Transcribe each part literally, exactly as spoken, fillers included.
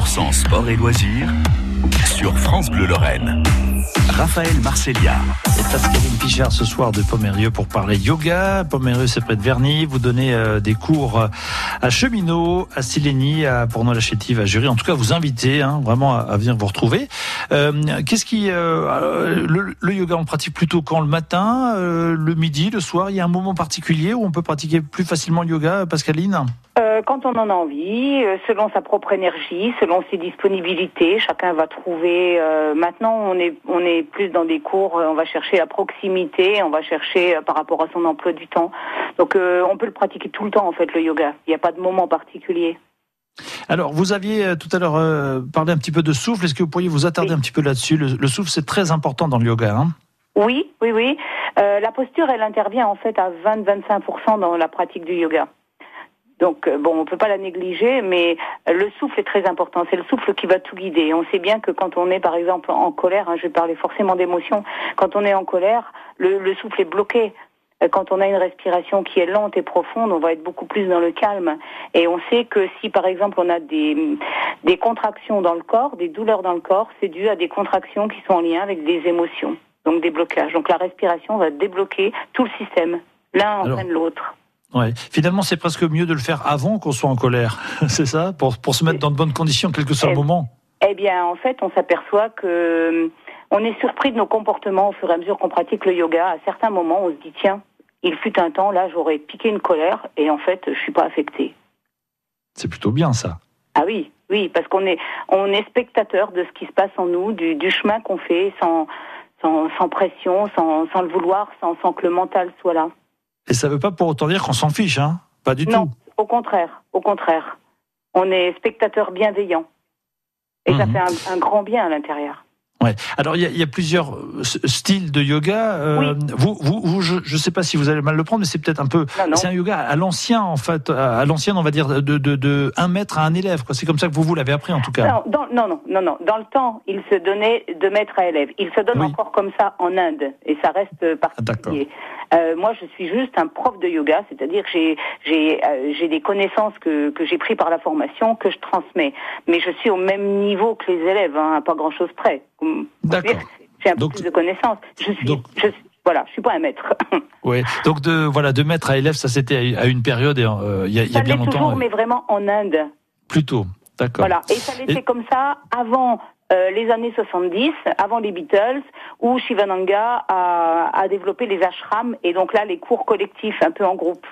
cent sport et loisirs sur France Bleu Lorraine. Raphaël Marcellia. Et Pascaline Pichard ce soir de Pomérieux pour parler yoga. Pomérieux, c'est près de Verny. Vous donnez euh, des cours à Cheminot, à Silény, à Porno-la-Chétive, à Jury. En tout cas, vous invitez hein, vraiment à, à venir vous retrouver. Euh, qu'est-ce qui euh, le, le yoga, on le pratique plutôt quand le matin, euh, le midi, le soir. Il y a un moment particulier où on peut pratiquer plus facilement le yoga, Pascaline? Euh, quand on en a envie, euh, selon sa propre énergie, selon ses disponibilités, chacun va trouver. Euh, maintenant, on est on est plus dans des cours. Euh, on va chercher la proximité, on va chercher euh, par rapport à son emploi du temps. Donc, euh, on peut le pratiquer tout le temps en fait le yoga. Il n'y a pas de moment particulier. Alors, vous aviez euh, tout à l'heure euh, parlé un petit peu de souffle. Est-ce que vous pourriez vous attarder oui. un petit peu là-dessus? le, le souffle, c'est très important dans le yoga, hein? Oui, oui, oui. Euh, la posture, elle intervient en fait à vingt à vingt-cinq pour cent dans la pratique du yoga. Donc, bon, on peut pas la négliger, mais le souffle est très important. C'est le souffle qui va tout guider. On sait bien que quand on est, par exemple, en colère, hein, je vais parler forcément d'émotion, quand on est en colère, le, le souffle est bloqué. Quand on a une respiration qui est lente et profonde, on va être beaucoup plus dans le calme. Et on sait que si, par exemple, on a des, des contractions dans le corps, des douleurs dans le corps, c'est dû à des contractions qui sont en lien avec des émotions, donc des blocages. Donc la respiration va débloquer tout le système. L'un entraîne l'autre. Ouais. Finalement, c'est presque mieux de le faire avant qu'on soit en colère, c'est ça, pour pour se mettre dans de bonnes conditions, quel que soit eh, le moment. Eh bien, en fait, on s'aperçoit que on est surpris de nos comportements au fur et à mesure qu'on pratique le yoga. À certains moments, on se dit tiens, il fut un temps là, j'aurais piqué une colère, et en fait, je suis pas affecté. C'est plutôt bien ça. Ah oui, oui, parce qu'on est on est spectateur de ce qui se passe en nous, du, du chemin qu'on fait, sans sans sans pression, sans sans le vouloir, sans sans que le mental soit là. Et ça ne veut pas pour autant dire qu'on s'en fiche, hein? Pas du non, tout. Non, au contraire, au contraire. On est spectateur bienveillant. Et mmh. ça fait un, un grand bien à l'intérieur. Ouais. Alors il y, y a plusieurs styles de yoga. Euh, oui. Vous, vous, vous, je ne sais pas si vous allez mal le prendre, mais c'est peut-être un peu. Non, non. C'est un yoga à l'ancien en fait, à l'ancienne on va dire de de de un maître à un élève. Quoi. C'est comme ça que vous vous l'avez appris en tout cas. Non, dans, non, non, non, non. Dans le temps, il se donnait de maître à élève. Il se donne oui. encore comme ça en Inde, et ça reste particulier. Ah, euh, moi, je suis juste un prof de yoga, c'est-à-dire que j'ai j'ai euh, j'ai des connaissances que que j'ai pris par la formation que je transmets, mais je suis au même niveau que les élèves, hein, à pas grand-chose près. D'accord. J'ai un peu donc, plus de connaissances. Je suis, donc, je suis, voilà, je suis pas un maître. Oui. Donc de voilà de maître à élève, ça c'était à une période il euh, y a, y a bien longtemps. Toujours, mais vraiment en Inde. Plutôt. D'accord. Voilà. Et ça l'était et... comme ça avant euh, les années soixante-dix, avant les Beatles, où Shivananda a, a développé les ashrams et donc là les cours collectifs un peu en groupe.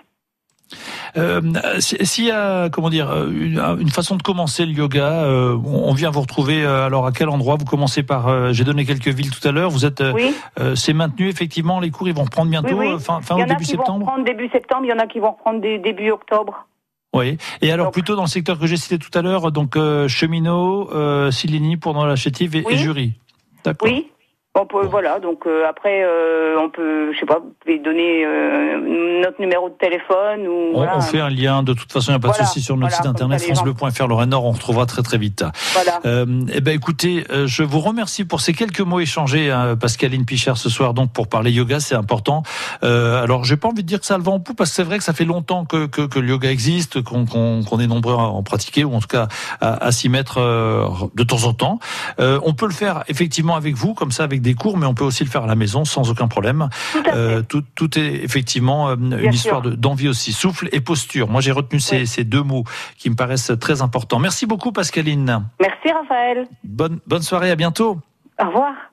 Euh, s'il y a, comment dire, une, une façon de commencer le yoga, euh, on vient vous retrouver. Euh, alors à quel endroit? Vous commencez par, euh, j'ai donné quelques villes tout à l'heure. Vous êtes, oui. euh, c'est maintenu effectivement. Les cours, ils vont reprendre bientôt, oui, oui. fin, fin ou début septembre. Il y en a qui vont reprendre début septembre. Il y en a qui vont reprendre dé, début octobre. Oui. Et alors donc, plutôt dans le secteur que j'ai cité tout à l'heure, donc euh, Cheminot, euh, Silény, Porno-la-Chétive et, oui. et Jury. D'accord. Oui. On peut, bon. Voilà, donc euh, après, euh, on peut, je sais pas, vous pouvez donner euh, notre numéro de téléphone ou. On, voilà. on fait un lien, de toute façon, il n'y a pas voilà, de souci sur notre voilà, site internet france bleu point f r Lorraine Nord, on retrouvera très très vite. Voilà. Euh, eh ben écoutez, euh, je vous remercie pour ces quelques mots échangés, hein, Pascaline Pichard, ce soir, donc pour parler yoga, c'est important. Euh, alors, j'ai pas envie de dire que ça a le vent en poupe, parce que c'est vrai que ça fait longtemps que, que, que le yoga existe, qu'on, qu'on, qu'on est nombreux à en pratiquer, ou en tout cas à, à s'y mettre euh, de temps en temps. Euh, on peut le faire effectivement avec vous, comme ça, avec des cours, mais on peut aussi le faire à la maison sans aucun problème. Tout, euh, tout, tout est effectivement euh, une Bien histoire sûr. de, d'envie aussi. Souffle et posture. Moi, j'ai retenu ces, oui. ces deux mots qui me paraissent très importants. Merci beaucoup, Pascaline. Merci, Raphaël. Bonne, bonne soirée, à bientôt. Au revoir.